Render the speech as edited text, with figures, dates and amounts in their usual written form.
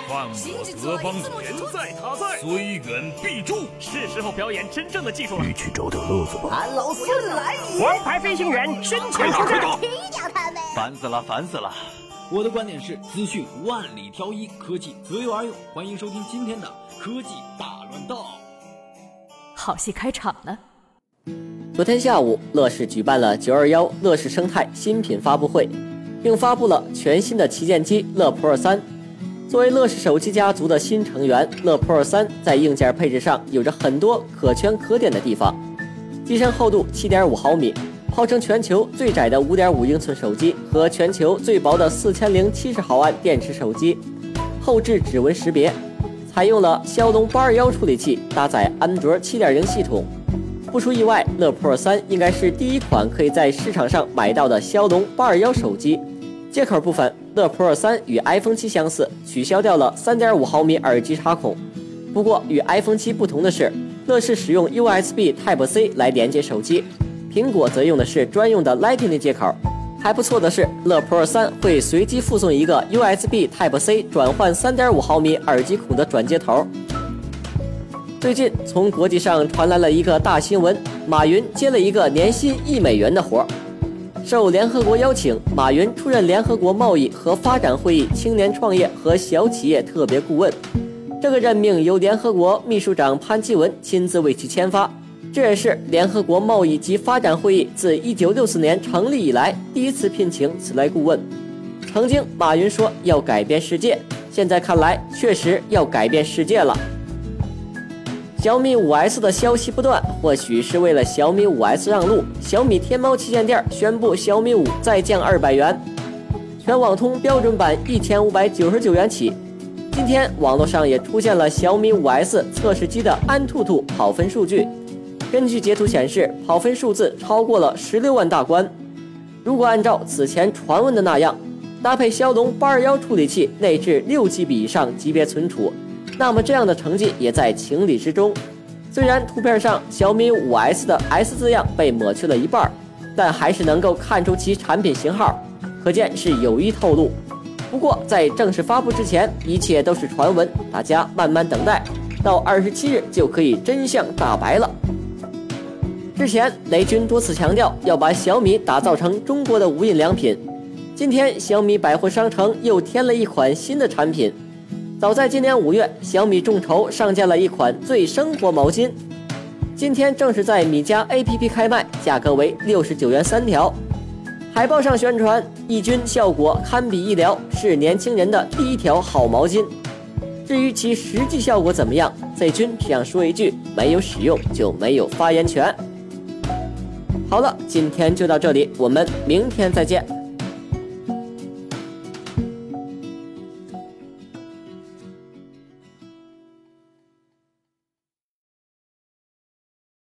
犯我德邦言在他在，虽远必诛。 是时候表演真正的技术了。 一起找点乐子吧。 俺老孙来也！ 王牌飞行员身前出战， 踢掉他们！ 烦死了，烦死了！ 我的观点是，资讯万里挑一，科技择优而用。欢迎收听今天的科技大乱斗。 好戏开场了。 昨天下午，乐视举办了921乐视生态新品发布会，并发布了全新的旗舰机乐 Pro 3。作为乐视手机家族的新成员，乐 Pro 3在硬件配置上有着很多可圈可点的地方。机身厚度 7.5 毫米，号称全球最窄的 5.5 英寸手机和全球最薄的4070毫安电池手机，后置指纹识别，采用了骁龙821处理器，搭载安卓 7.0 系统。不出意外，乐 Pro 3应该是第一款可以在市场上买到的骁龙821手机。接口部分，乐 Pro 3与 iPhone 7相似，取消掉了 3.5 毫米耳机插孔。不过与 iPhone 7不同的是，乐视使用 USB Type-C 来连接手机，苹果则用的是专用的 Lightning 接口。还不错的是，乐 Pro 3会随机附送一个 USB Type-C 转换 3.5 毫米耳机孔的转接头。最近从国际上传来了一个大新闻，马云接了一个年薪1美元的活。受联合国邀请，马云出任联合国贸易和发展会议青年创业和小企业特别顾问。这个任命由联合国秘书长潘基文亲自为其签发，这也是联合国贸易及发展会议自1964年成立以来第一次聘请此类顾问。曾经马云说要改变世界，现在看来确实要改变世界了。小米 5S 的消息不断，或许是为了小米 5S 让路，小米天猫旗舰店宣布小米5再降200元，全网通标准版1599元起。今天网络上也出现了小米 5S 测试机的安兔兔跑分数据，根据截图显示，跑分数字超过了16万大关。如果按照此前传闻的那样，搭配骁龙821处理器，内置6GB 以上级别存储，那么这样的成绩也在情理之中。虽然图片上小米 5S 的 S 字样被抹去了一半，但还是能够看出其产品型号，可见是有意透露。不过在正式发布之前，一切都是传闻，大家慢慢等待，到27日就可以真相大白了。之前雷军多次强调要把小米打造成中国的无印良品，今天小米百货商城又添了一款新的产品。早在今年5月，小米众筹上架了一款最生活毛巾，今天正是在米家 APP 开卖，价格为69元3条。海报上宣传抑菌效果堪比医疗，是年轻人的第一条好毛巾。至于其实际效果怎么样，Z君只想说一句，没有使用就没有发言权。好了，今天就到这里，我们明天再见。